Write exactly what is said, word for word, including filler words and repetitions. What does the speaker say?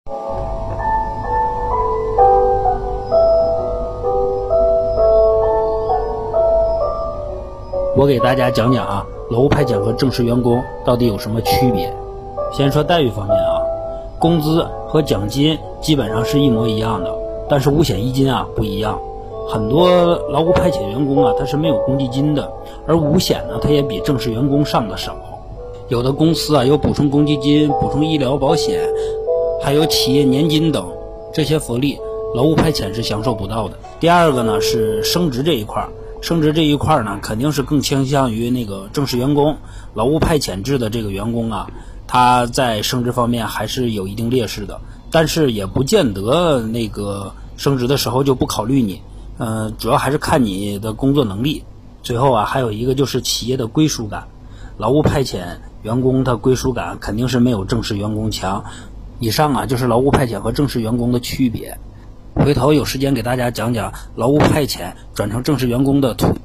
我给大家讲讲啊，劳务派遣和正式员工到底有什么区别。先说待遇方面啊，工资和奖金基本上是一模一样的，但是五险一金啊不一样。很多劳务派遣员工啊他是没有公积金的，而五险呢他也比正式员工上的少。有的公司啊有补充公积金、补充医疗保险，还有企业年金等这些福利，劳务派遣是享受不到的。第二个呢是升职这一块，升职这一块呢肯定是更倾向于那个正式员工。劳务派遣制的这个员工啊，他在升职方面还是有一定劣势的，但是也不见得那个升职的时候就不考虑你，呃，主要还是看你的工作能力。最后啊，还有一个就是企业的归属感，劳务派遣员工他归属感肯定是没有正式员工强。以上啊就是劳务派遣和正式员工的区别。回头有时间给大家讲讲劳务派遣转成正式员工的途径。